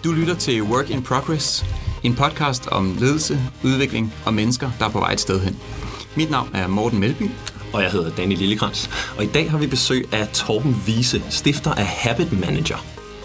Du lytter til Work in Progress, en podcast om ledelse, udvikling og mennesker, der er på vej et sted hen. Mit navn er Morten Melby. Og jeg hedder Danny Lillekrans. Og i dag har vi besøg af Torben Wiese, stifter af Habit Manager.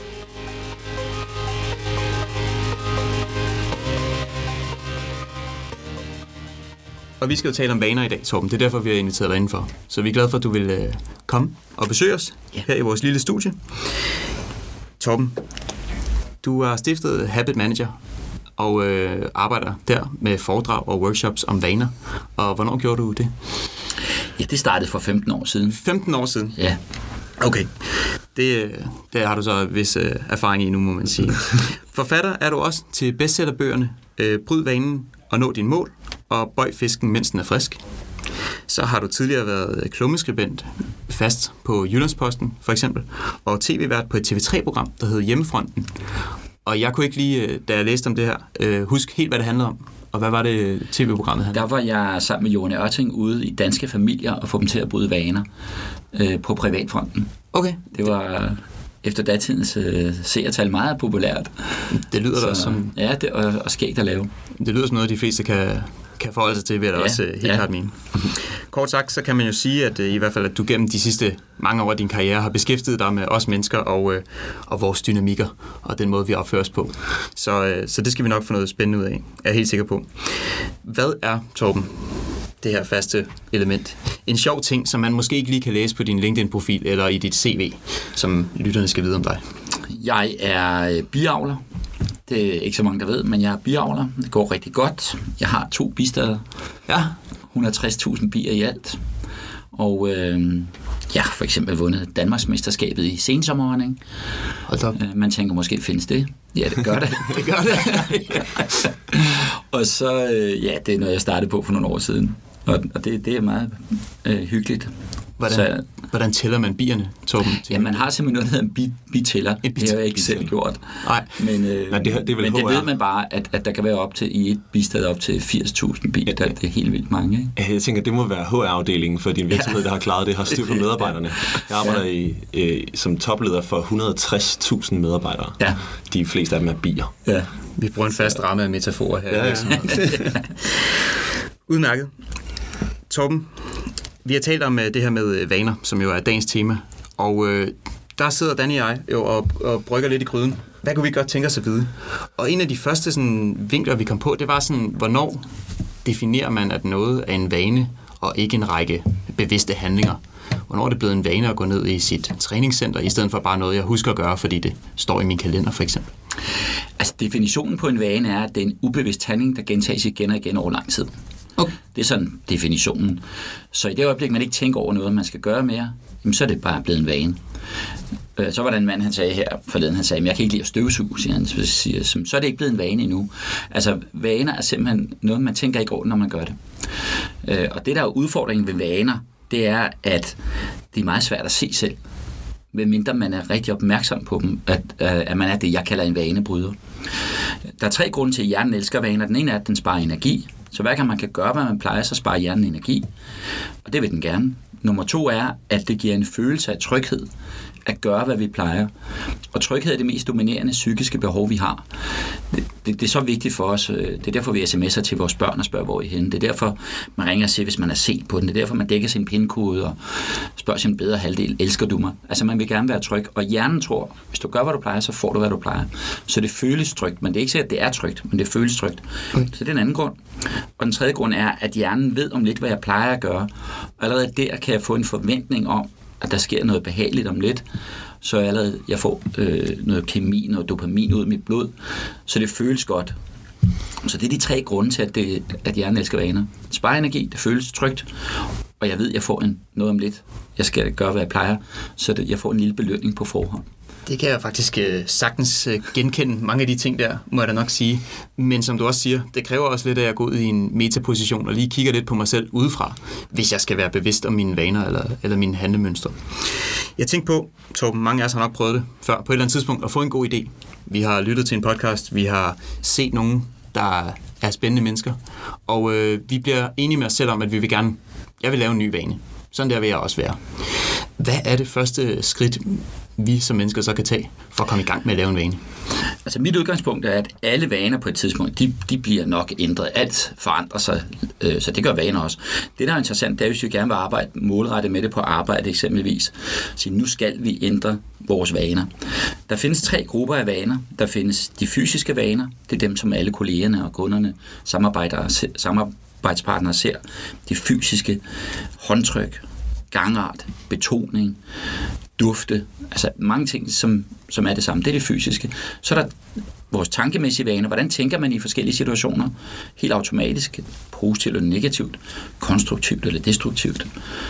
Og vi skal jo tale om vaner i dag, Torben. Det er derfor, vi har inviteret dig indenfor. Så vi er glade for, at du vil komme og besøge os her i vores lille studie. Torben, du har stiftet Habit Manager og arbejder der med foredrag og workshops om vaner. Og hvornår gjorde du det? Ja, det startede for 15 år siden. 15 år siden? Ja. Okay. Det har du så vis erfaring i nu, må man sige. Forfatter er du også til bestsellerbøgerne Bryd vanen og nå din mål og Bøj fisken, mens den er frisk. Så har du tidligere været klummeskribent fast på Jyllandsposten, for eksempel, og tv-vært på et TV3-program, der hed Hjemmefronten. Og jeg kunne ikke lige, da jeg læste om det her, huske helt, hvad det handlede om. Og hvad var det tv-programmet handlede om? Der var jeg sammen med Johan Ørting ude i danske familier og få dem til at bryde vaner på privatfronten. Okay. Det var efter datidens seertal meget populært. Det lyder da også som... Ja, det, og skægt at lave. Det lyder som noget, de fleste kan forholde sig til, ved at også helt klart mene. Kort sagt, så kan man jo sige, at i hvert fald, at du gennem de sidste mange år af din karriere har beskæftiget dig med os mennesker og vores dynamikker og den måde, vi opfører os på. Så det skal vi nok få noget spændende ud af, er jeg helt sikker på. Hvad er, Torben, det her faste element? En sjov ting, som man måske ikke lige kan læse på din LinkedIn-profil eller i dit CV, som lytterne skal vide om dig. Jeg er biavler. Det er ikke så mange, der ved, men jeg er biavler. Det går rigtig godt. Jeg har 2 bistader. Ja. 160.000 bier i alt. Og jeg har for eksempel vundet Danmarksmesterskabet i sensommerhånding. Hold op. Man tænker måske, findes det? Ja, det gør det. Det gør det. Og så, det er noget, jeg startede på for nogle år siden. Og det er meget hyggeligt. Hvordan tæller man bierne, Torben? Ja, man har simpelthen noget, der hedder en bitæller. Det har jeg ikke selv gjort. Nej. Men det ved man bare, at der kan være op til i et bistad op til 80.000 bier. Det er helt vildt mange, ikke? Ja, jeg tænker, det må være HR-afdelingen for din virksomhed, der har klaret det. Har styr på medarbejderne. Jeg arbejder som topleder for 160.000 medarbejdere. Ja. De fleste af dem er bier. Ja. Vi bruger en fast ramme af metaforer her. Ja. Udmærket. Torben, vi har talt om det her med vaner, som jo er dagens tema, og der sidder Danny og jeg jo og brygger lidt i gryden. Hvad kunne vi godt tænke os at vide? Og en af de første sådan, vinkler, vi kom på, det var sådan, hvornår definerer man, at noget er en vane, og ikke en række bevidste handlinger? Hvornår er det blevet en vane at gå ned i sit træningscenter, i stedet for bare noget, jeg husker at gøre, fordi det står i min kalender, for eksempel? Altså, definitionen på en vane er, at det er en ubevidst handling, der gentages igen og igen over lang tid. Okay. Det er sådan definitionen. Så i det øjeblik, man ikke tænker over noget, man skal gøre mere, så er det bare blevet en vane. Så var der en mand, han sagde her forleden, han sagde, jeg kan ikke lide at støvsuge, siger han. Så er det ikke blevet en vane endnu. Altså, vaner er simpelthen noget, man tænker ikke over, når man gør det. Og det, der er udfordringen ved vaner, det er, at det er meget svært at se selv, medmindre man er rigtig opmærksom på dem, at man er det, jeg kalder en vanebryder. Der er 3 grunde til, at hjernen elsker vaner. Den ene er, at den sparer energi. Så hver gang man kan gøre, hvad man plejer, så sparer hjernen energi. Og det vil den gerne. Nummer 2 er, at det giver en følelse af tryghed at gøre, hvad vi plejer. Og tryghed er det mest dominerende psykiske behov, vi har. Det er så vigtigt for os. Det er derfor, vi sms'er til vores børn og spørger, hvor I er henne. Det er derfor, man ringer og siger, hvis man er set på den. Det er derfor, man dækker sin pindkode og spørger sin bedre halvdel, elsker du mig? Altså, man vil gerne være tryg. Og hjernen tror, hvis du gør, hvad du plejer, så får du, hvad du plejer. Så det føles trygt. Men det er ikke sikkert, at det er trygt, men det føles trygt. Så det er en anden grund. Og den tredje grund er, at hjernen ved om lidt, hvad jeg plejer at gøre. Og allerede der kan jeg få en forventning om, at der sker noget behageligt om lidt, så jeg får noget kemi, noget dopamin ud i mit blod, så det føles godt. Så det er de 3 grunde til, at hjernen elsker vaner. Spare energi, det føles trygt, og jeg ved, at jeg får noget om lidt. Jeg skal gøre, hvad jeg plejer, så jeg får en lille belønning på forhånd. Det kan jeg faktisk sagtens genkende mange af de ting der, må jeg da nok sige. Men som du også siger, det kræver også lidt, at jeg går ud i en metaposition og lige kigger lidt på mig selv udefra, hvis jeg skal være bevidst om mine vaner eller mine handlemønstre. Jeg tænkte på, Torben, mange af os har nok prøvet det før, på et eller andet tidspunkt, at få en god idé. Vi har lyttet til en podcast, vi har set nogen, der er spændende mennesker, og vi bliver enige med os selv om, at jeg vil lave en ny vane. Sådan der vil jeg også være. Hvad er det første skridt, vi som mennesker så kan tage for at komme i gang med at lave en vane? Altså mit udgangspunkt er, at alle vaner på et tidspunkt, de bliver nok ændret. Alt forandrer sig, så det gør vaner også. Det, der er interessant, det er, hvis vi gerne vil arbejde målrettet med det på arbejde eksempelvis. Så nu skal vi ændre vores vaner. Der findes 3 grupper af vaner. Der findes de fysiske vaner. Det er dem, som alle kollegerne og kunderne, samarbejdspartnere ser. De fysiske håndtryk, gangart, betoning, dufte, altså mange ting, som er det samme. Det er det fysiske. Så er der vores tankemæssige vaner. Hvordan tænker man i forskellige situationer? Helt automatisk, positivt eller negativt, konstruktivt eller destruktivt.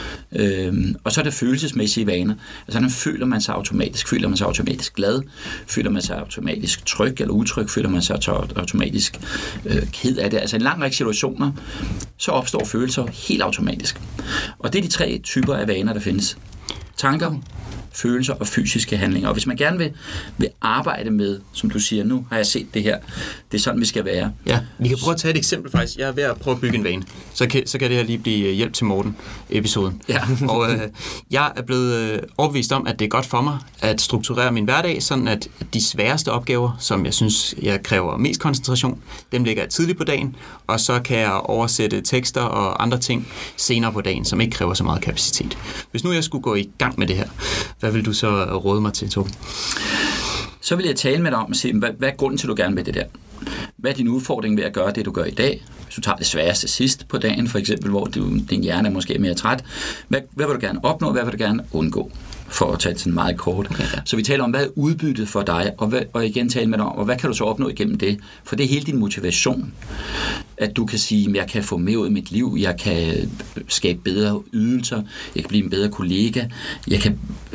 Og så er det følelsesmæssige vaner. Altså, hvordan føler man sig automatisk? Føler man sig automatisk glad? Føler man sig automatisk tryg eller utryg? Føler man sig automatisk ked af det? Altså en lang række situationer, så opstår følelser helt automatisk. Og det er de 3 typer af vaner, der findes. Tanker, følelser og fysiske handlinger. Og hvis man gerne vil arbejde med, som du siger, nu har jeg set det her, det er sådan, vi skal være. Ja, vi kan prøve at tage et eksempel faktisk. Jeg er ved at prøve at bygge en vane. Så kan det her lige blive hjælp til Morten-episoden. Ja. Og jeg er blevet overbevist om, at det er godt for mig at strukturere min hverdag, sådan at de sværeste opgaver, som jeg synes, jeg kræver mest koncentration, dem lægger jeg tidligt på dagen, og så kan jeg oversætte tekster og andre ting senere på dagen, som ikke kræver så meget kapacitet. Hvis nu jeg skulle gå i gang med det her, hvad vil du så råde mig til, Torben? Så vil jeg tale med dig om og sige, hvad er grunden til, at du gerne vil det der? Hvad er din udfordring ved at gøre det, du gør i dag? Hvis du tager det sværeste sidst på dagen, for eksempel, hvor din hjerne er måske mere træt. Hvad vil du gerne opnå? Hvad vil du gerne undgå? For at tage det sådan meget kort. Okay, ja. Så vi taler om, hvad er udbyttet for dig, og igen tale med dig om, og hvad kan du så opnå igennem det? For det er hele din motivation, at du kan sige, at jeg kan få mere ud af mit liv, jeg kan skabe bedre ydelser, jeg kan blive en bedre kollega, jeg kan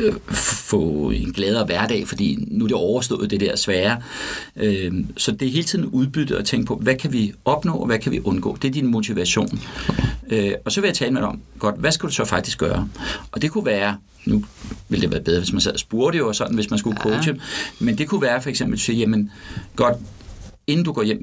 få en gladere hverdag, fordi nu er det overstået det der svære. Så det er hele tiden udbyttet at tænke på, hvad kan vi opnå, og hvad kan vi undgå? Det er din motivation. Og så vil jeg tale med dig om, godt, hvad skal du så faktisk gøre? Og det kunne være, nu ville det være bedre, hvis man sad og spurgte jo, og sådan, hvis man skulle coache. Men det kunne være for eksempel at sige, jamen, godt, inden du går hjem,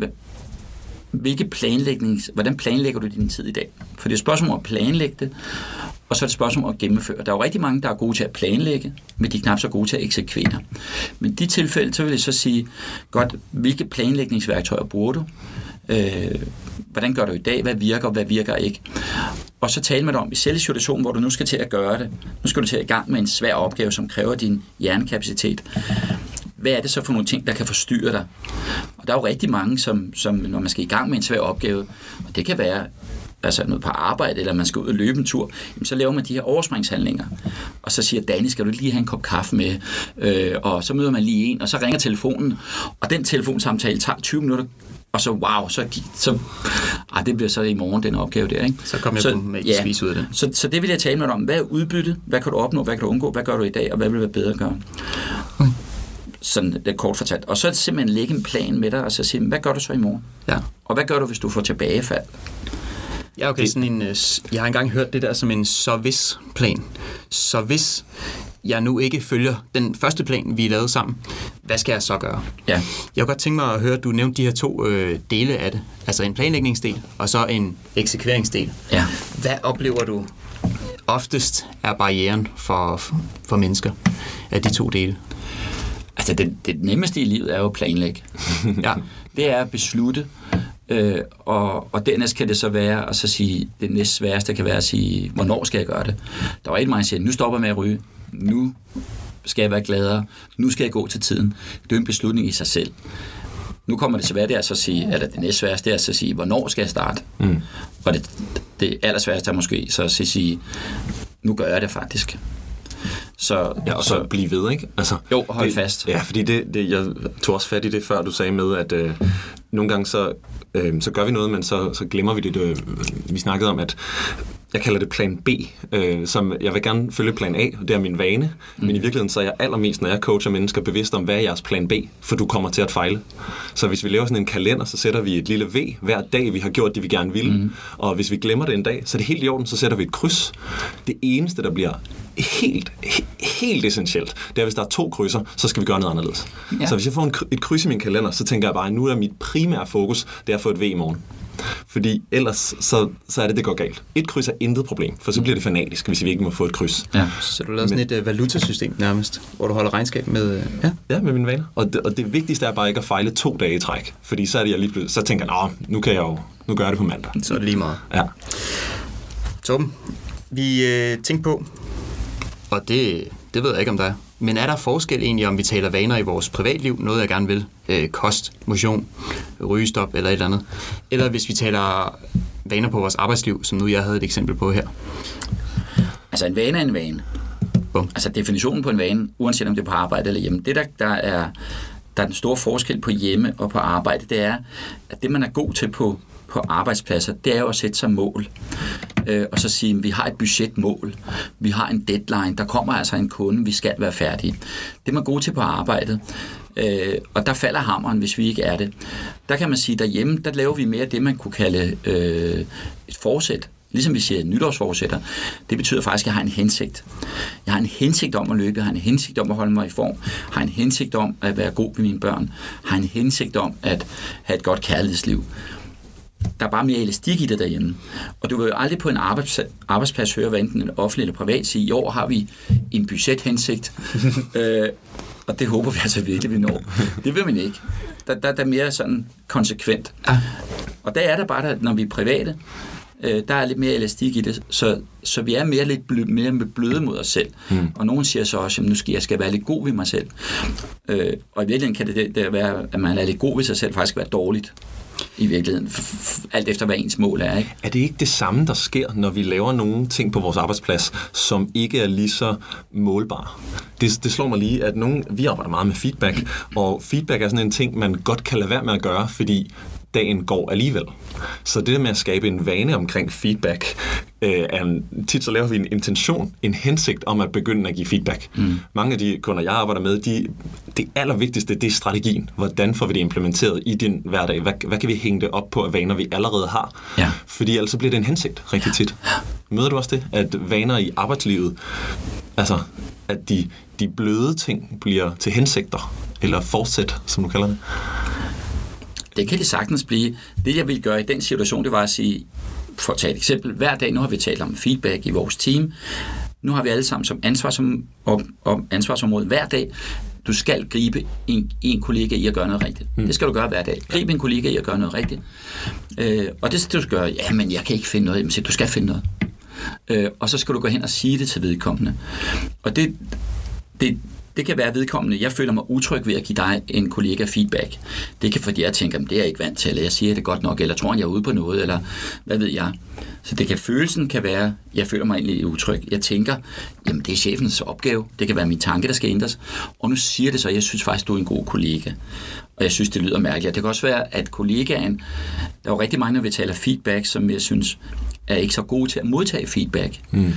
hvordan planlægger du din tid i dag? For det er et spørgsmål om at planlægge det, og så er det et spørgsmål om at gennemføre. Der er jo rigtig mange, der er gode til at planlægge, men de er knap så gode til at eksekvere. Men i de tilfælde, så vil jeg så sige, godt, hvilke planlægningsværktøjer bruger du? Hvordan gør du i dag? Hvad virker, og hvad virker ikke? Og så tale med dig om i selv situation, hvor du nu skal til at gøre det. Nu skal du til at i gang med en svær opgave, som kræver din hjernekapacitet. Hvad er det så for nogle ting, der kan forstyrre dig? Og der er jo rigtig mange, som når man skal i gang med en svær opgave, og det kan være altså noget på arbejde, eller man skal ud og løbe en tur, jamen så laver man de her overspringshandlinger. Og så siger Danny, skal du lige have en kop kaffe med? Og så møder man lige en, og så ringer telefonen, og den telefonsamtale tager 20 minutter, og så wow, det bliver så i morgen, den opgave der, ikke? Så kommer jeg med et spis ud af det. Så det vil jeg tale med dig om. Hvad er udbyttet? Hvad kan du opnå? Hvad kan du undgå? Hvad gør du i dag? Og hvad vil være bedre at gøre? Sådan det er kort fortalt. Og så er det simpelthen lægge en plan med dig, og så sige, hvad gør du så i morgen? Ja. Og hvad gør du, hvis du får tilbagefald? Ja, okay. Jeg har engang hørt det der som en så-hvis-plan. Så hvis jeg nu ikke følger den første plan, vi lavede sammen, hvad skal jeg så gøre? Ja. Jeg kunne godt tænke mig at høre, at du nævnte de her 2 dele af det. Altså en planlægningsdel, og så en eksekveringsdel. Ja. Hvad oplever du oftest er barrieren for mennesker af de 2 dele? Altså det nemmeste i livet er jo at planlægge. Ja. Det er at beslutte, og dernæst kan det så være at så sige, det næst sværeste kan være at sige, hvornår skal jeg gøre det? Der var et meget, der siger, nu stopper jeg med at ryge, nu skal jeg være gladere, nu skal jeg gå til tiden. Det er en beslutning i sig selv. Nu kommer det svært, det er så at sige, eller det næstsværeste er så at sige, hvornår skal jeg starte? Og det allersværeste er måske så at sige, nu gør jeg det faktisk. Og så blive ved, ikke? Altså, jo, hold fast. Ja, fordi jeg tog også fat i det, før du sagde med, at nogle gange så gør vi noget, men så glemmer vi det. Vi snakkede om, at jeg kalder det plan B, som jeg vil gerne følge plan A, og det er min vane, men i virkeligheden så er jeg allermest, når jeg coacher mennesker, bevidst om, hvad er jeres plan B, for du kommer til at fejle. Så hvis vi laver sådan en kalender, så sætter vi et lille V hver dag, vi har gjort det, vi gerne ville, og hvis vi glemmer det en dag, så er det helt i orden, så sætter vi et kryds. Det eneste, der bliver helt essentielt, det er, hvis der er 2 krydser, så skal vi gøre noget anderledes. Ja. Så hvis jeg får et kryds i min kalender, så tænker jeg bare, at nu er mit primære fokus, det er at få et V i morgen. Fordi ellers så er det går galt. Et kryds er intet problem, for så bliver det fanatisk, hvis vi ikke må få et kryds. Ja. Så du lavede sådan et valutasystem nærmest, hvor du holder regnskab med... Ja, med mine vaner. Og det vigtigste er bare ikke at fejle 2 dage i træk. Fordi så er det jeg lige så tænker jeg, nu gør jeg det på mandag. Så er det lige meget. Ja. Torben, vi tænkte på, og det ved jeg ikke, om der er, men er der forskel egentlig, om vi taler vaner i vores privatliv, noget jeg gerne vil, kost, motion, rygestop eller et eller andet, eller hvis vi taler vaner på vores arbejdsliv, som nu jeg havde et eksempel på her? Altså en vane er en vane. Bum. Altså definitionen på en vane, uanset om det er på arbejde eller hjemme, det der er den store forskel på hjemme og på arbejde, det er, at det man er god til på arbejdspladser, det er jo at sætte sig mål. Og så sige, at vi har et budgetmål, vi har en deadline, der kommer altså en kunde, vi skal være færdige. Det er man god til på arbejdet, og der falder hammeren, hvis vi ikke er det. Der kan man sige, derhjemme, der laver vi mere det, man kunne kalde et forsæt. Ligesom vi siger nytårsforsætter, det betyder faktisk, at jeg har en hensigt. Jeg har en hensigt om at løbe, jeg har en hensigt om at holde mig i form, jeg har en hensigt om at være god ved mine børn, jeg har en hensigt om at have et godt kærlighedsliv. Der er bare mere elastik i det derhjemme. Og du vil jo aldrig på en arbejdsplads høre, hvad enten en offentlig eller privat, sige, i år har vi en budgethensigt, og det håber vi altså virkelig, vi når. Det vil man ikke. Der er mere sådan konsekvent. Og der er der bare, når vi er private, der er lidt mere elastik i det, så vi er mere bløde mod os selv. Og nogen siger så også, at nu skal jeg være lidt god ved mig selv. Og i virkeligheden kan det være, at man er lidt god ved sig selv, faktisk være dårligt. I virkeligheden, alt efter hvad ens mål er, ikke? Er det ikke det samme, der sker, når vi laver nogle ting på vores arbejdsplads, som ikke er lige så målbare? Det slår mig lige, at vi arbejder meget med feedback, og feedback er sådan en ting, man godt kan lade være med at gøre, fordi dagen går alligevel. Så det der med at skabe en vane omkring feedback, tit så laver vi en intention, en hensigt om at begynde at give feedback. Mange af de kunder, jeg arbejder med, det allervigtigste, det er strategien. Hvordan får vi det implementeret i din hverdag? Hvad kan vi hænge det op på af vaner, vi allerede har? Ja. Fordi ellers bliver det en hensigt rigtig tit. Møder du også det, at vaner i arbejdslivet, altså at de bløde ting bliver til hensigter, eller forsæt, som du kalder det? Det kan det sagtens blive. Det, jeg ville gøre i den situation, det var at sige, for at tage et eksempel, hver dag, nu har vi talt om feedback i vores team, nu har vi alle sammen som ansvarsområde hver dag, du skal gribe en kollega i at gøre noget rigtigt. Det skal du gøre hver dag. Grib en kollega i at gøre noget rigtigt. Og det skal du gøre, ja, men jeg kan ikke finde noget, så du skal finde noget. Og så skal du gå hen og sige det til vedkommende. Og det kan være vedkommende. Jeg føler mig utryg ved at give dig en kollega feedback. Det kan fordi jeg tænker, det er jeg ikke vant til, eller jeg siger det godt nok, eller tror jeg er ude på noget, eller hvad ved jeg. Så det kan følelsen kan være, jeg føler mig egentlig utryg. Jeg tænker, jamen det er chefens opgave. Det kan være min tanke, der skal ændres. Og nu siger det så, jeg synes faktisk, du er en god kollega. Og jeg synes, det lyder mærkeligt. Det kan også være, at kollegaen, der er jo rigtig mange, når vi taler feedback, som jeg synes er ikke så gode til at modtage feedback.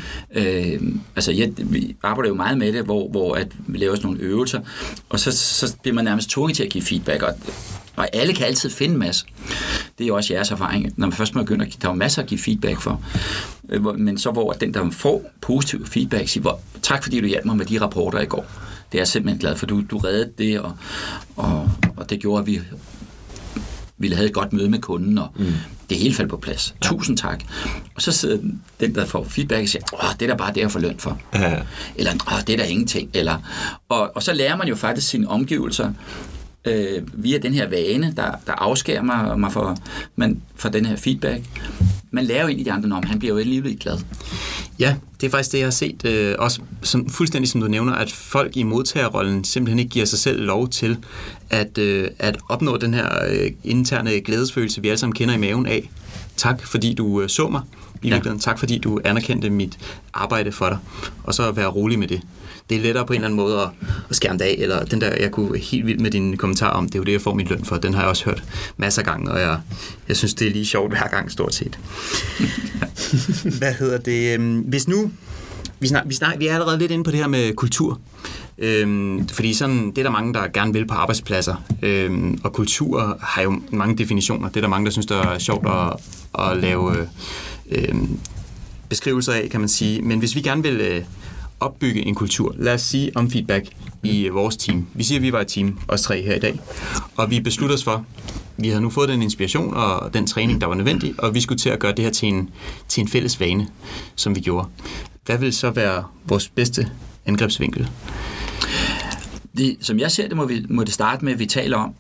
Vi arbejder jo meget med det, hvor at vi laver sådan nogle øvelser, og så bliver man nærmest tvunget til at give feedback, og alle kan altid finde en masse. Det er jo også jeres erfaring. Når man først begynder at give, der er masser at give feedback for, men så hvor den, der får positiv feedback, siger, tak fordi du hjalp mig med de rapporter i går. Det er jeg simpelthen glad for, du reddede det, og det gjorde, at vi ville have et godt møde med kunden, og det hele faldt på plads. Ja. Tusind tak. Og så sidder den, der får feedback, og siger, det er da bare det, jeg får løn for. Ja. Eller, det er da ingenting. Og så lærer man jo faktisk sine omgivelser via den her vane, der afskærer mig for den her feedback. Man lærer jo ind i de andre, han bliver jo alligevel glad. Ja, det er faktisk det, jeg har set, også fuldstændig som du nævner, at folk i modtagerrollen simpelthen ikke giver sig selv lov til at opnå den her interne glædesfølelse, vi alle sammen kender i maven af. Tak, fordi du så mig i virkeligheden. Tak, fordi du anerkendte mit arbejde for dig. Og så være rolig med det. Det er lettere på en eller anden måde at skærme af, eller den der, jeg kunne helt vildt med dine kommentarer om, det er jo det, jeg får min løn for. Den har jeg også hørt masser af gange, og jeg synes, det er lige sjovt hver gang, stort set. Hvad hedder det? Hvis nu, vi er allerede lidt inde på det her med kultur, fordi sådan, det er der mange, der gerne vil på arbejdspladser, og kultur har jo mange definitioner. Det er der mange, der synes, det er sjovt at lave beskrivelser af, kan man sige. Men hvis vi gerne vil opbygge en kultur, lad os sige om feedback i vores team. Vi siger, at vi var et team, os 3 her i dag, og vi beslutter os for, vi havde nu fået den inspiration og den træning, der var nødvendig, og vi skulle til at gøre det her til en fælles vane, som vi gjorde. Hvad vil så være vores bedste angrebsvinkel? Som jeg ser det, må det starte med, at vi taler om,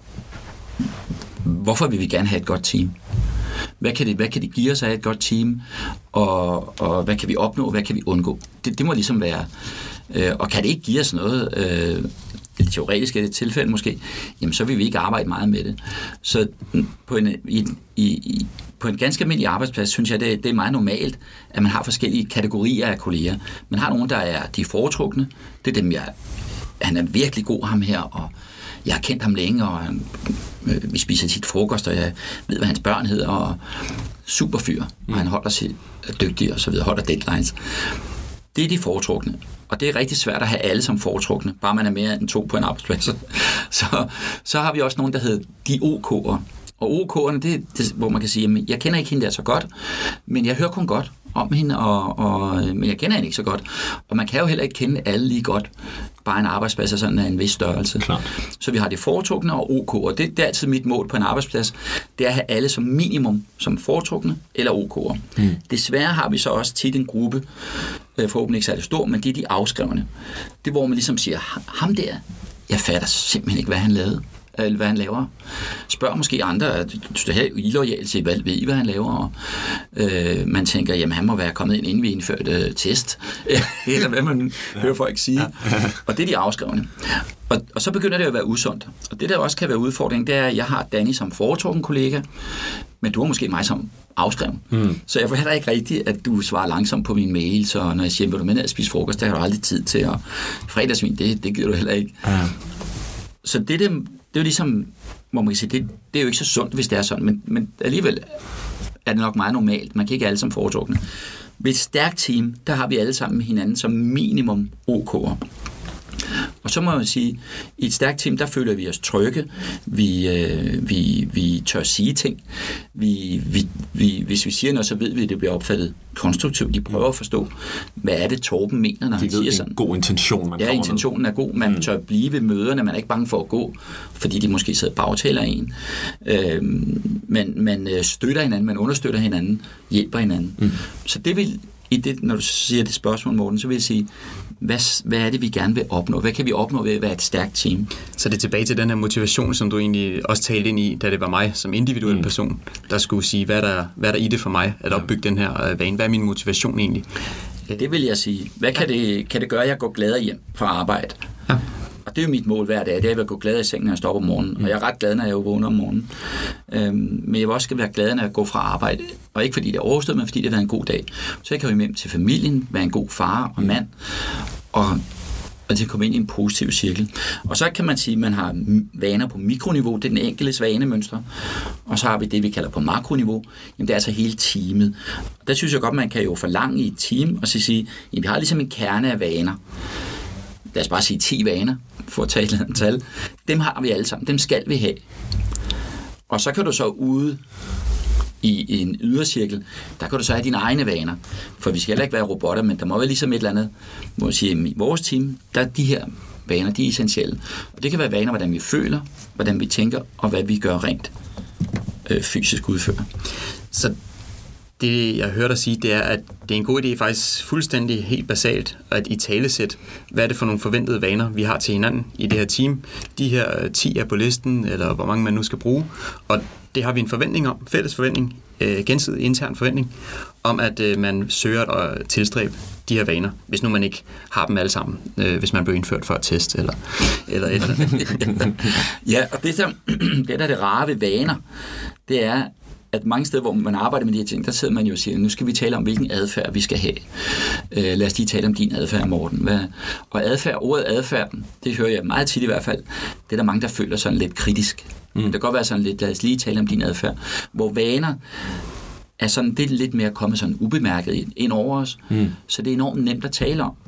hvorfor vil vi gerne have et godt team? Hvad kan det give os at have et godt team? Og hvad kan vi opnå? Hvad kan vi undgå? Det må ligesom være. Og kan det ikke give os noget, teoretisk i det tilfælde måske, jamen så vil vi ikke arbejde meget med det. Så på en ganske almindelig arbejdsplads, synes jeg, det er meget normalt, at man har forskellige kategorier af kolleger. Man har nogle, der er de foretrukne. Det er dem, han er virkelig god, ham her, og jeg har kendt ham længe, og vi spiser tit frokost, og jeg ved, hvad hans børn hedder, og super fyr, og han holder sig dygtig, og så videre, holder deadlines. Det er de foretrukne, og det er rigtig svært at have alle som foretrukne, bare man er mere end 2 på en arbejdsplads. Så har vi også nogen, der hedder de OK'er, og OK'erne, det er, hvor man kan sige, jamen, jeg kender ikke hende der så godt, men jeg hører kun godt om hende, men jeg kender hende ikke så godt. Og man kan jo heller ikke kende alle lige godt. Bare en arbejdsplads er sådan en vis størrelse. Klart. Så vi har det foretrukne og OK'er. Det er altid mit mål på en arbejdsplads. Det er at have alle som minimum som foretrukne eller OK'er. Desværre har vi så også tit en gruppe, forhåbentlig ikke særlig stor, men det er de afskrevne. Det er, hvor man ligesom siger, ham der, jeg fatter simpelthen ikke, hvad han lavede. Eller hvad han laver. Spørg måske andre, du skal have illoyal til, hvad han laver, og man tænker, jamen han må være kommet ind, inden vi indførte test, eller hvad man hører folk sige. Og det er de afskrevne. Og så begynder det at være usundt. Og det, der også kan være udfordring, det er, at jeg har Danny som foretrukken kollega, men du har måske mig som afskreven. Så jeg får heller ikke rigtigt, at du svarer langsomt på min mail, så når jeg siger, vil du med ned at spise frokost, der har du aldrig tid til, og fredagsvin, det giver du heller ikke. Så det er jo ligesom, hvor man kan sige, det er jo ikke så sundt, hvis det er sådan, men alligevel er det nok meget normalt. Man kan ikke alle som foretrukne. Ved et stærkt team, der har vi alle sammen hinanden som minimum OK'er. Og så må jeg sige, i et stærkt team, der føler vi os trygge. Vi tør sige ting. Hvis vi siger noget, så ved vi, at det bliver opfattet konstruktivt. De prøver at forstå, hvad er det, Torben mener, når han siger sådan. En god intention, man ja, intentionen er god. Man tør blive ved møderne. Man er ikke bange for at gå, fordi de måske sidder og bagtaler en. Man støtter hinanden, man understøtter hinanden, hjælper hinanden. Så det vil, når du siger det spørgsmål, Morten, så vil jeg sige, hvad er det, vi gerne vil opnå? Hvad kan vi opnå ved at være et stærkt team? Så det er tilbage til den her motivation, som du egentlig også talte ind i, da det var mig som individuel person, der skulle sige, hvad er der i det for mig at opbygge den her vane? Hvad er min motivation egentlig? Det vil jeg sige. Hvad kan det gøre, at jeg går gladere hjem fra arbejde? Ja. Og det er jo mit mål hver dag, det er at gå glad i sengen, når jeg står op om morgenen. Og jeg er ret glad, når jeg vågner om morgenen. Men jeg vil også være glad, når jeg går fra arbejde. Og ikke fordi det er overstået, men fordi det har været en god dag. Så jeg kan jo hjem til familien, være en god far og mand. Og det kommer ind i en positiv cirkel. Og så kan man sige, at man har vaner på mikroniveau, det er den enkeltes vanemønstre. Og så har vi det, vi kalder på makroniveau. Jamen, det er altså hele teamet. Der synes jeg godt, man kan jo forlange i et team, og så sige, at vi har ligesom en kerne af vaner. Lad os bare sige 10 vaner, for at tage et eller andet tal. Dem har vi alle sammen. Dem skal vi have. Og så kan du så ude i en ydercirkel, der kan du så have dine egne vaner. For vi skal heller ikke være robotter, men der må være ligesom et eller andet, må jeg sige, i vores team, der er de her vaner, de er essentielle. Og det kan være vaner, hvordan vi føler, hvordan vi tænker, og hvad vi gør rent fysisk udfører. Så det, jeg hører dig sige, det er, at det er en god idé faktisk fuldstændig helt basalt at italesætte, hvad er det for nogle forventede vaner, vi har til hinanden i det her team. De her 10 er på listen, eller hvor mange man nu skal bruge. Og det har vi en forventning om, fælles forventning, gensidig intern forventning, om at man søger at tilstræbe de her vaner, hvis nu man ikke har dem alle sammen, hvis man bliver indført for et test, eller et eller andet. Ja, og det der er det rare ved vaner, det er, at mange steder, hvor man arbejder med de her ting, der sidder man jo og siger, nu skal vi tale om, hvilken adfærd vi skal have. Lad os lige tale om din adfærd, Morten. Og ordet adfærd, det hører jeg meget tit i hvert fald, det er der mange, der føler sådan lidt kritisk. Det kan godt være sådan lidt, lad os lige tale om din adfærd. Hvor vaner er sådan, det er lidt mere kommet sådan ubemærket ind over os, så det er enormt nemt at tale om.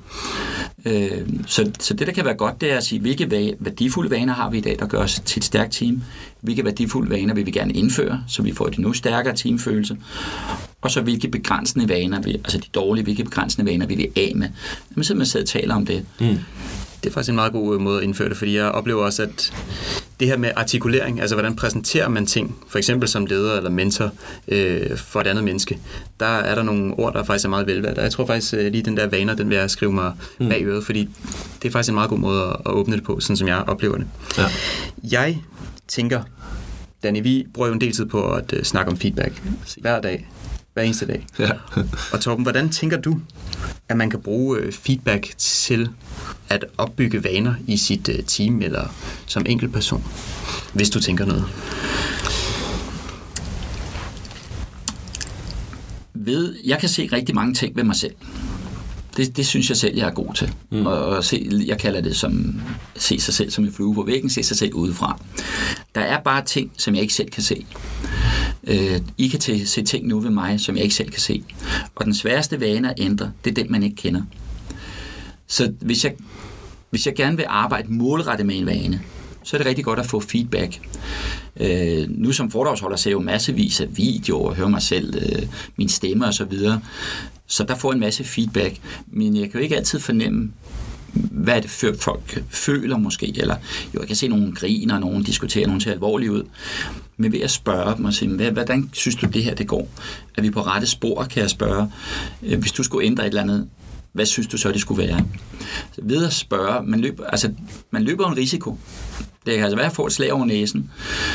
Så det, der kan være godt, det er at sige, hvilke værdifulde vaner har vi i dag, der gør os til et stærkt team. Hvilke værdifulde vaner vil vi gerne indføre, så vi får et endnu stærkere teamfølelse. Og så hvilke begrænsende vaner, altså de dårlige, hvilke begrænsende vaner vi vil af med. Jamen, så man sidder og taler om det. Det er faktisk en meget god måde at indføre det, fordi jeg oplever også, at det her med artikulering, altså hvordan præsenterer man ting, for eksempel som leder eller mentor for et andet menneske, der er der nogle ord, der faktisk er meget velvalgt. Jeg tror faktisk lige den der vaner, den vil jeg skrive mig bag øret, fordi det er faktisk en meget god måde at åbne det på, sådan som jeg oplever det. Ja. Jeg tænker, Danny, vi bruger jo en del tid på at snakke om feedback hver dag. Hver eneste dag. Ja. Og Torben, hvordan tænker du, at man kan bruge feedback til at opbygge vaner i sit team eller som enkelt person, hvis du tænker noget? Jeg kan se rigtig mange ting ved mig selv. Det synes jeg selv, jeg er god til. Og jeg kalder det som se sig selv som en flue på væggen, se sig selv udefra. Der er bare ting, som jeg ikke selv kan se. I kan se ting nu ved mig, som jeg ikke selv kan se. Og den sværeste vane at ændre, det er den, man ikke kender. Så hvis jeg gerne vil arbejde målrettet med en vane, så er det rigtig godt at få feedback. Nu som foredragsholder ser jeg jo massevis af videoer, hører mig selv, min stemme og så videre. Så der får en masse feedback, men jeg kan jo ikke altid fornemme, hvad det folk føler måske, eller jo, jeg kan se nogen griner, nogen diskuterer, nogen ser alvorligt ud, men ved at spørge dem og sige, hvordan synes du det her det går? Er vi på rette spor, kan jeg spørge. Hvis du skulle ændre et eller andet, hvad synes du så det skulle være? Så ved at spørge, man løber en risiko. Det kan altså være at få et slag over næsen,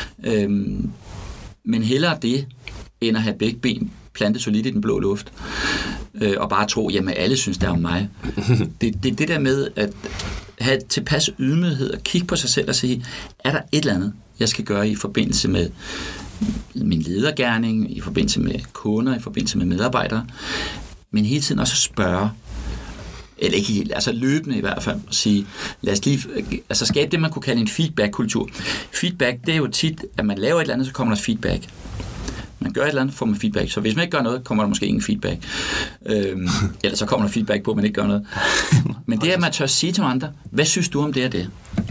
men hellere det, end at have begge ben plantet solidt i den blå luft, og bare tro, jamen alle synes, det er om mig. Det der med at have tilpas ydmyghed og kigge på sig selv og sige, er der et eller andet, jeg skal gøre i forbindelse med min ledergerning, i forbindelse med kunder, i forbindelse med medarbejdere, men hele tiden også spørge, eller ikke helt, altså løbende i hvert fald, og sige, lad os lige, altså skabe det, man kunne kalde en feedback-kultur. Feedback, det er jo tit, at man laver et eller andet, så kommer der feedback. Man gør et eller andet, får man feedback. Så hvis man ikke gør noget, kommer der måske ingen feedback. Eller så kommer der feedback på, at man ikke gør noget. Men det er, at man tør sige til andre, hvad synes du om det og det?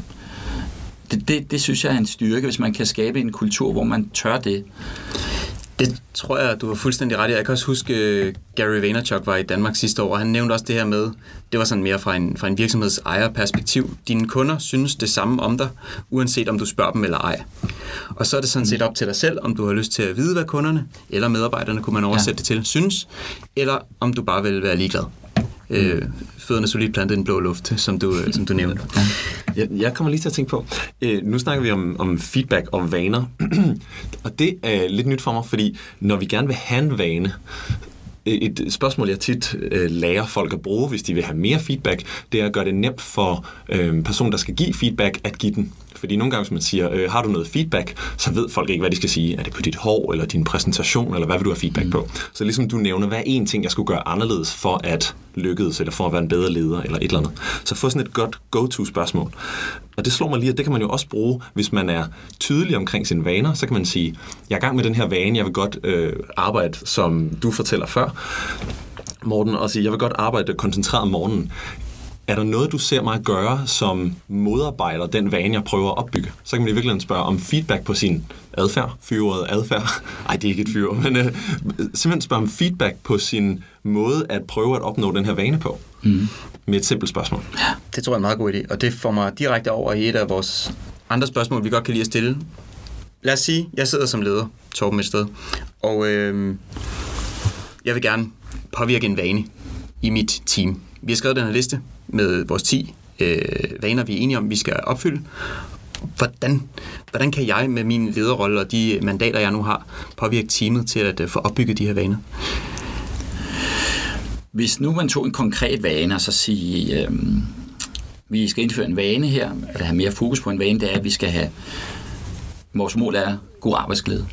Det synes jeg er en styrke, hvis man kan skabe en kultur, hvor man tør det. Det tror jeg, du var fuldstændig ret i. Jeg kan også huske, Gary Vaynerchuk var i Danmark sidste år, og han nævnte også det her med, det var sådan mere fra en virksomheds ejerperspektiv. Dine kunder synes det samme om dig, uanset om du spørger dem eller ej. Og så er det sådan set op til dig selv, om du har lyst til at vide, hvad kunderne eller medarbejderne, kunne man oversætte det til, synes, eller om du bare vil være ligeglad. Fødderne solidt plantet i den blå luft, som du nævnte. Jeg kommer lige til at tænke på, nu snakker vi om feedback og vaner, og det er lidt nyt for mig, fordi når vi gerne vil have en vane, et spørgsmål, jeg tit lærer folk at bruge, hvis de vil have mere feedback, det er at gøre det nemt for personen, der skal give feedback, at give den. Fordi nogle gange, hvis man siger, har du noget feedback, så ved folk ikke, hvad de skal sige. Er det på dit hår, eller din præsentation, eller hvad vil du have feedback på? Så ligesom du nævner, hvad er en ting, jeg skulle gøre anderledes for at lykkes, eller for at være en bedre leder, eller et eller andet. Så få sådan et godt go-to-spørgsmål. Og det slår mig lige, at det kan man jo også bruge, hvis man er tydelig omkring sine vaner. Så kan man sige, jeg er i gang med den her vane, jeg vil godt arbejde, som du fortæller før, Morten, og sige, jeg vil godt arbejde koncentreret om morgenen. Er der noget, du ser mig gøre, som modarbejder den vane, jeg prøver at opbygge? Så kan man i virkeligheden spørge om feedback på sin adfærd. Fyret adfærd. Ej, det er ikke et fyr, men simpelthen spørge om feedback på sin måde at prøve at opnå den her vane på. Med et simpelt spørgsmål. Det tror jeg er en meget god idé, og det får mig direkte over i et af vores andre spørgsmål, vi godt kan lide at stille. Lad os sige, jeg sidder som leder, Torben, et sted, og jeg vil gerne påvirke en vane i mit team. Vi har skrevet den her liste med vores 10 vaner, vi er enige om, vi skal opfylde. Hvordan kan jeg med min lederrolle og de mandater, jeg nu har, påvirke teamet til at få opbygget de her vaner? Hvis nu man tog en konkret vane, og så sige, vi skal indføre en vane her, eller have mere fokus på en vane, det er, at vi skal have, vores mål er god arbejdsglæde.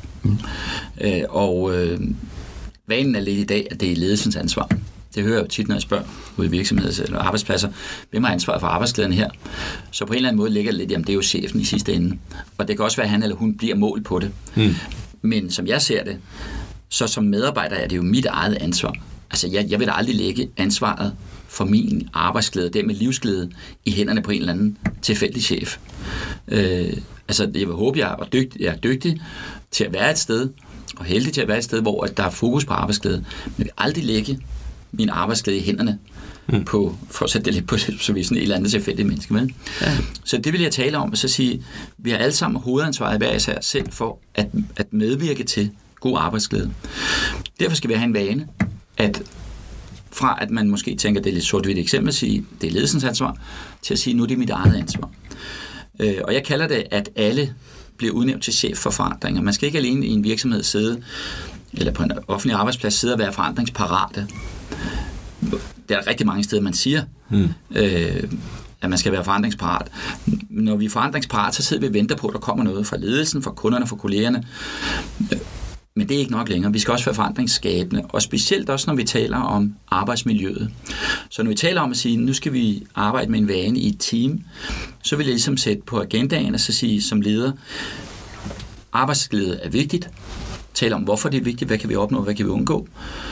Vanen er lidt i dag, at det er ledelsens ansvar. Det hører jeg jo tit, når jeg spørger ude i virksomheder eller arbejdspladser, hvem har ansvar for arbejdsglæden her? Så på en eller anden måde ligger det lidt, jamen det er jo chefen i sidste ende. Og det kan også være, at han eller hun bliver mål på det. Men som jeg ser det, så som medarbejder er det jo mit eget ansvar. Altså jeg vil da aldrig lægge ansvaret for min arbejdsglæde, det med livsglæde, i hænderne på en eller anden tilfældig chef. Jeg vil håbe, jeg er dygtig til at være et sted, og heldig til at være et sted, hvor der er fokus på arbejdsglæde, men vil aldrig lægge min arbejdsglæde i hænderne for at sætte det lidt på, så vi er sådan et eller andet tilfældigt menneske med. Ja. Så det vil jeg tale om, og så sige, vi har alle sammen hovedansvaret hver især selv for at medvirke til god arbejdsglæde. Derfor skal vi have en vane, fra at man måske tænker, det er lidt sort-hvidt eksempel, at sige, det er ledelsens ansvar, til at sige, nu er det mit eget ansvar. Og jeg kalder det, at alle bliver udnævnt til chef for forandringer. Man skal ikke alene i en virksomhed sidde, eller på en offentlig arbejdsplads sidde og være forandringsparate. Der er rigtig mange steder, man siger, at man skal være forandringsparat. Når vi er forandringsparat, så sidder vi og venter på, at der kommer noget fra ledelsen, fra kunderne, fra kollegerne. Men det er ikke nok længere. Vi skal også være forandringsskabende, og specielt også, når vi taler om arbejdsmiljøet. Så når vi taler om at sige, nu skal vi arbejde med en vane i et team, så vil jeg ligesom sætte på agendaen og så sige som leder, arbejdsglæde er vigtigt. Tale om, hvorfor det er vigtigt, hvad kan vi opnå, hvad kan vi undgå.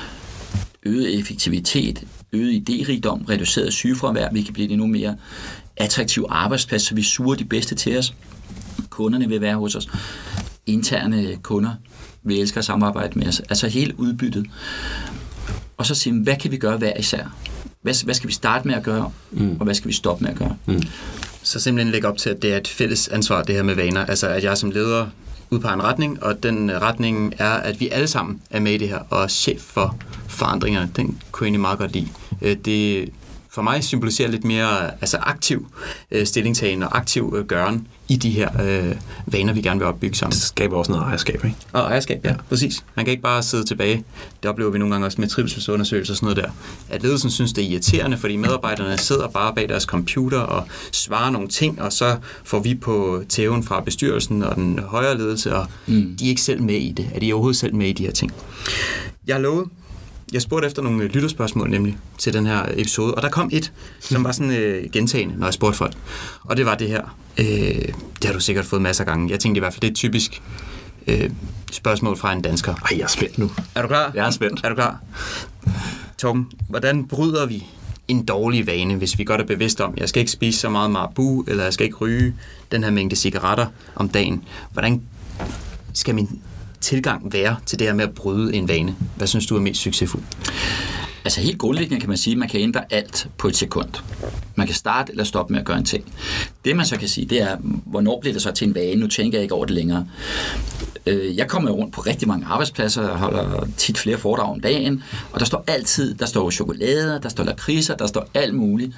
Øget effektivitet, øget idérigdom, reduceret sygefravær, vi kan blive endnu mere attraktiv arbejdsplads, så vi suger de bedste til os. Kunderne vil være hos os. Interne kunder vil elske at samarbejde med os. Altså hele udbyttet. Og så sige, hvad kan vi gøre hver især? Hvad skal vi starte med at gøre, og hvad skal vi stoppe med at gøre? Så simpelthen lægge op til, at det er et fælles ansvar, det her med vaner. Altså, at jeg som leder udpeger en retning, og den retning er, at vi alle sammen er med i det her, og er chef for forandringerne. Den kunne jeg egentlig meget godt lide. Det for mig symboliserer lidt mere aktiv stillingtagen og aktiv gøren i de her vaner, vi gerne vil opbygge sammen. Det skaber også noget ejerskab, ikke? Og ejerskab, ja, præcis. Man kan ikke bare sidde tilbage. Det oplever vi nogle gange også med trivselsundersøgelser og sådan noget der. At ledelsen synes, det er irriterende, fordi medarbejderne sidder bare bag deres computer og svarer nogle ting, og så får vi på tæven fra bestyrelsen og den højere ledelse, og de er ikke selv med i det. Er de overhovedet selv med i de her ting? Jeg har lovet. Jeg spurgte efter nogle lytterspørgsmål nemlig til den her episode, og der kom et, som var sådan gentagende, når jeg spurgte folk. Og det var det her. Det har du sikkert fået masser af gange. Jeg tænkte i hvert fald, det er et typisk spørgsmål fra en dansker. Ej, jeg er spændt nu. Er du klar? Jeg er spændt. Er du klar? Torben, hvordan bryder vi en dårlig vane, hvis vi godt er bevidst om, jeg skal ikke spise så meget Marabu, eller jeg skal ikke ryge den her mængde cigaretter om dagen? Hvordan skal min tilgang være til det her med at bryde en vane? Hvad synes du er mest succesfuld? Altså helt grundlæggende kan man sige, at man kan ændre alt på et sekund. Man kan starte eller stoppe med at gøre en ting. Det man så kan sige, det er, hvornår bliver det så til en vane? Nu tænker jeg ikke over det længere. Jeg kommer rundt på rigtig mange arbejdspladser og holder tit flere foredrag om dagen, og der står chokolade, der står lakridser, der står alt muligt.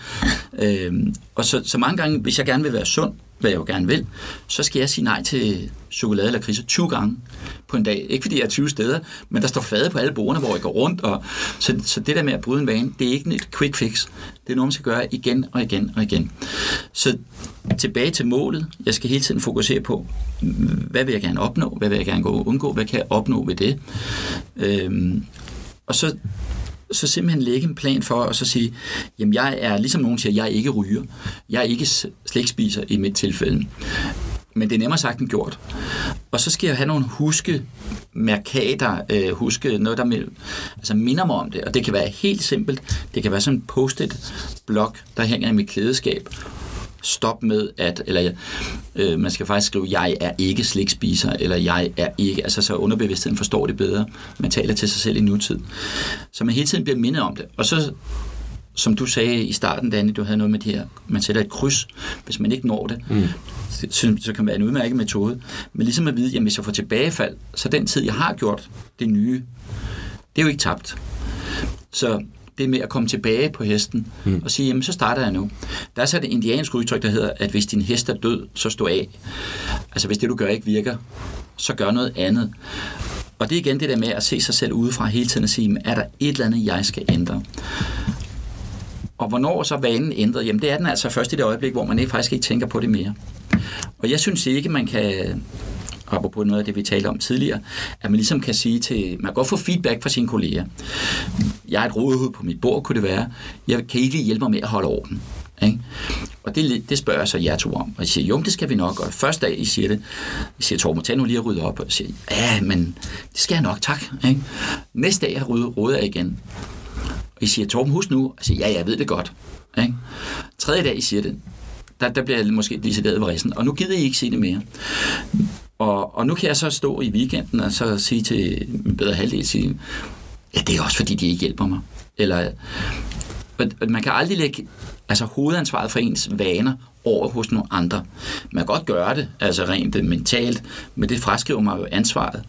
Og så mange gange, hvis jeg gerne vil være sund, hvad jeg jo gerne vil, så skal jeg sige nej til chokolade eller lakridser 20 gange på en dag. Ikke fordi jeg er 20 steder, men der står fade på alle bordene, hvor jeg går rundt. Og så det der med at bryde en vane, det er ikke et quick fix. Det er noget, man skal gøre igen og igen og igen. Så tilbage til målet. Jeg skal hele tiden fokusere på, hvad vil jeg gerne opnå? Hvad vil jeg gerne undgå? Hvad kan jeg opnå ved det? Og så simpelthen lægge en plan for, og så sige, jamen jeg er, ligesom nogen siger, jeg er ikke ryger. Jeg er ikke slægtspiser i mit tilfælde. Men det er nemmere sagt end gjort. Og så skal jeg have nogle huske noget, der minder mig om det. Og det kan være helt simpelt. Det kan være sådan en post-it blok, der hænger i mit klædeskab. Stop med man skal faktisk skrive, jeg er ikke slikspiser, eller jeg er ikke, altså så underbevidstheden forstår det bedre. Man taler til sig selv i nutid. Så man hele tiden bliver mindet om det. Og så, som du sagde i starten, Danny, du havde noget med det her, man sætter et kryds, hvis man ikke når det, så kan det være en udmærket metode. Men ligesom at vide, jamen hvis jeg får tilbagefald, så den tid, jeg har gjort det nye, det er jo ikke tabt. Så det med at komme tilbage på hesten og sige, jamen så starter jeg nu. Der er så et indiansk udtryk, der hedder, at hvis din hest er død, så stå af. Altså hvis det du gør ikke virker, så gør noget andet. Og det er igen det der med at se sig selv udefra hele tiden og sige, er der et eller andet, jeg skal ændre? Og hvornår så vanen ændret? Jamen det er den altså først i det øjeblik, hvor man faktisk ikke tænker på det mere. Og jeg synes ikke, man kan, apropos noget af det, vi talte om tidligere, at man ligesom kan sige til, man kan godt få feedback fra sine kolleger. Jeg er et rodehoved på mit bord, kunne det være. Jeg kan ikke hjælpe mig med at holde orden. Ikke? Og det spørger jeg så jer to om. Og jeg siger, jo, det skal vi nok. Og første dag, I siger det, jeg siger, Torben, tag nu lige at rydde op. Og jeg siger, ja, men det skal jeg nok, tak. Ikke? Næste dag, jeg råder jeg igen. Og I siger, Torben, husk nu. Og jeg siger, ja, jeg ved det godt. Ikke? Tredje dag, I siger det. Der bliver jeg måske decideret ved resten. Og nu gider I ikke sige det mere. Og nu kan jeg så stå i weekenden og så sige til min bedre halvdel, ja, det er også fordi, de ikke hjælper mig. Eller Og man kan aldrig lægge hovedansvaret for ens vaner over hos nogle andre. Man kan godt gøre det, altså rent mentalt, men det fraskriver mig jo ansvaret.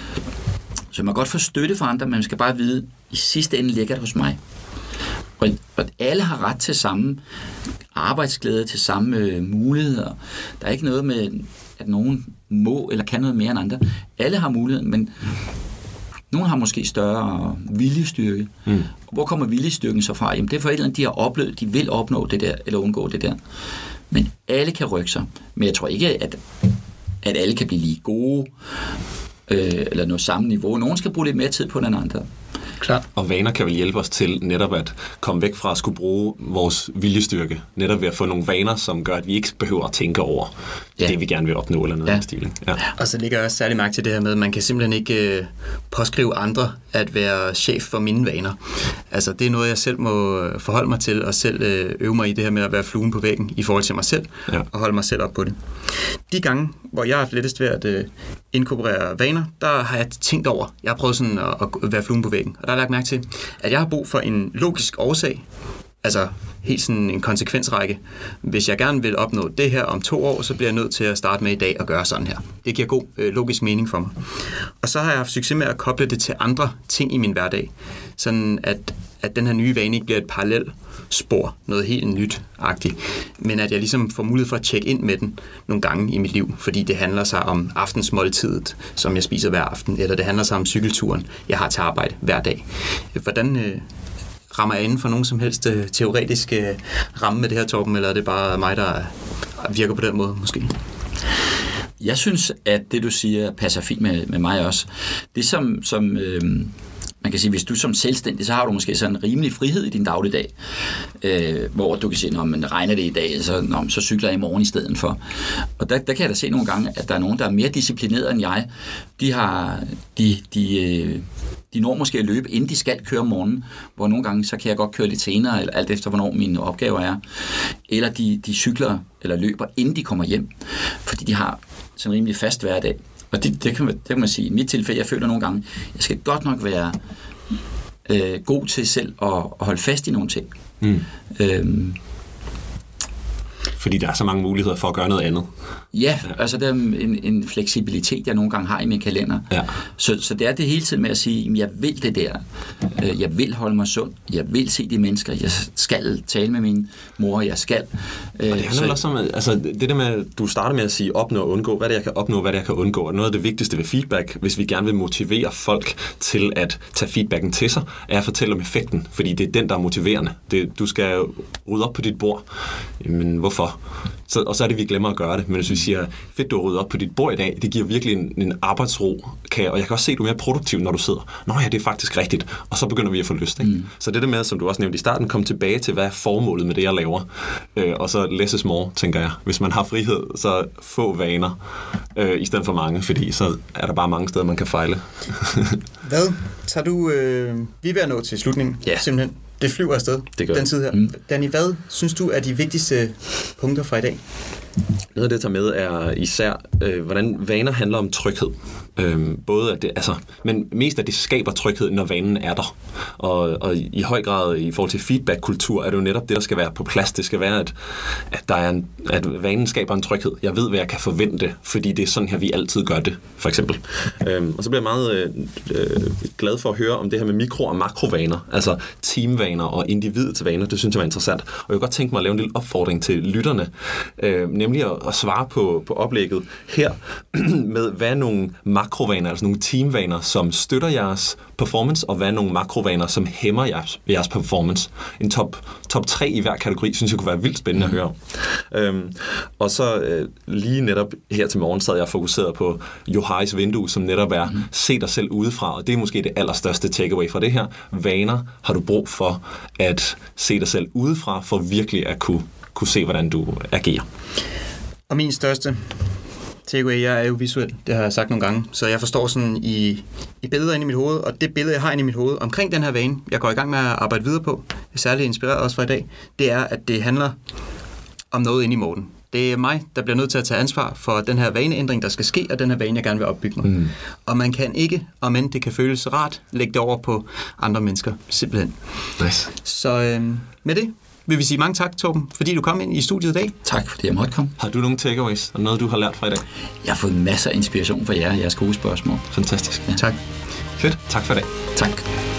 Så man kan godt få støtte fra andre, men man skal bare vide, i sidste ende ligger det hos mig. Og alle har ret til samme arbejdsglæde, til samme muligheder. Der er ikke noget med, at nogen må eller kan noget mere end andre. Alle har muligheden, men nogen har måske større viljestyrke. Hvor kommer viljestyrken så fra? Jamen, det er for et eller andet, de har oplevet, de vil opnå det der, eller undgå det der. Men alle kan rykke sig. Men jeg tror ikke, at alle kan blive lige gode, eller nå samme niveau. Nogen skal bruge lidt mere tid på den andre. Klart. Og vaner kan vel hjælpe os til netop at komme væk fra at skulle bruge vores viljestyrke. Netop ved at få nogle vaner, som gør, at vi ikke behøver at tænke over det, vi gerne vil opnå eller noget af stilen. Ja. Og så ligger jeg også særlig mærke til det her med, at man kan simpelthen ikke påskrive andre at være chef for mine vaner. Altså, det er noget, jeg selv må forholde mig til, og selv øve mig i det her med at være fluen på væggen i forhold til mig selv, og holde mig selv op på det. De gange, hvor jeg har haft lettest ved at inkorporere vaner, der har jeg tænkt over. Jeg har prøvet sådan at være fluen på væggen, og der har jeg lagt mærke til, at jeg har brug for en logisk årsag, altså helt sådan en konsekvensrække. Hvis jeg gerne vil opnå det her om 2 år, så bliver jeg nødt til at starte med i dag og gøre sådan her. Det giver god logisk mening for mig. Og så har jeg haft succes med at koble det til andre ting i min hverdag, sådan at den her nye vane ikke bliver et parallelt spor, noget helt nyt-agtigt, men at jeg ligesom får mulighed for at tjekke ind med den nogle gange i mit liv, fordi det handler sig om aftensmåltidet, som jeg spiser hver aften, eller det handler sig om cykelturen, jeg har til arbejde hver dag. Hvordan rammer jeg inden for nogen som helst teoretisk ramme med det her, Torben, eller er det bare mig, der virker på den måde måske? Jeg synes, at det, du siger, passer fint med mig også. Det som man kan sige, hvis du som selvstændig, så har du måske sådan en rimelig frihed i din dagligdag, hvor du kan sige, når man regner det i dag, så cykler jeg i morgen i stedet for. Og der kan jeg da se nogle gange, at der er nogen, der er mere disciplineret end jeg. De når måske at løbe, inden de skal køre om morgenen, hvor nogle gange, så kan jeg godt køre lidt senere, eller alt efter, hvornår mine opgaver er. Eller de cykler eller løber, inden de kommer hjem, fordi de har sådan en rimelig fast hverdag. Og det kan man sige, i mit tilfælde, jeg føler nogle gange, jeg skal godt nok være god til selv at holde fast i nogle ting. Fordi der er så mange muligheder for at gøre noget andet. Ja, altså der er en fleksibilitet, jeg nogle gange har i min kalender. Ja. Så det er det hele tiden med at sige, at jeg vil det der. Jeg vil holde mig sund. Jeg vil se de mennesker. Jeg skal tale med min mor. Jeg skal. Og det handler også om, altså det der med, at du starter med at sige opnå og undgå. Hvad det jeg kan opnå, hvad det jeg kan undgå. Og noget af det vigtigste ved feedback, hvis vi gerne vil motivere folk til at tage feedbacken til sig, er at fortælle om effekten. Fordi det er den, der er motiverende. Du skal rydde op på dit bord. Men hvorfor? Og så er det, vi glemmer at gøre det. Men hvis vi siger, fedt, du har ryddet op på dit bord i dag, det giver virkelig en arbejdsro. Og jeg kan også se, at du er mere produktiv, når du sidder. Nå ja, det er faktisk rigtigt. Og så begynder vi at få lyst. Ikke? Så det der med, som du også nævnte i starten, kom tilbage til, hvad er formålet med det, jeg laver. Og så less is more, tænker jeg. Hvis man har frihed, så få vaner i stedet for mange, fordi så er der bare mange steder, man kan fejle. Hvad tager du... Vi er ved at nå til slutningen, simpelthen. Det flyver afsted, den tid her. Danny, hvad synes du er de vigtigste punkter fra i dag? Noget af det, jeg tager med, er især, hvordan vaner handler om tryghed. Både at det, men mest at det skaber tryghed, når vanen er der. Og i høj grad i forhold til feedback-kultur, er det jo netop det, der skal være på plads. Det skal være, at vanen skaber en tryghed. Jeg ved, hvad jeg kan forvente, fordi det er sådan her, vi altid gør det, for eksempel. Og så bliver jeg meget glad for at høre om det her med mikro- og makrovaner, altså teamvaner og individets vaner. Det synes jeg var interessant. Og jeg kunne godt tænke mig at lave en lille opfordring til lytterne, nemlig at svare på oplægget her med, hvad er nogle makrovaner, altså nogle teamvaner, som støtter jeres performance, og hvad er nogle makrovaner, som hæmmer jeres performance. En top 3 i hver kategori, synes jeg kunne være vildt spændende at høre. Og så lige netop her til morgen sad jeg fokuseret på Johais vindue, som netop er se dig selv udefra, og det er måske det allerstørste takeaway fra det her. Vaner har du brug for at se dig selv udefra, for virkelig at kunne se, hvordan du agerer. Og min største takeaway, jeg er jo visuel, det har jeg sagt nogle gange, så jeg forstår sådan i billeder inde i mit hoved, og det billede, jeg har inde i mit hoved omkring den her vane, jeg går i gang med at arbejde videre på, særligt inspireret også fra i dag, det er, at det handler om noget inde i Morten. Det er mig, der bliver nødt til at tage ansvar for den her vaneændring, der skal ske, og den her vane, jeg gerne vil opbygge mig. Og man kan ikke, om end det kan føles rart, lægge det over på andre mennesker, simpelthen. Nice. Så med det vil vi sige mange tak, Torben, fordi du kom ind i studiet i dag. Tak, fordi jeg måtte komme. Har du nogle takeaways, og noget, du har lært fra i dag? Jeg har fået masser af inspiration fra jer, jeres gode spørgsmål. Fantastisk. Ja. Tak. Fedt. Tak for i dag. Tak.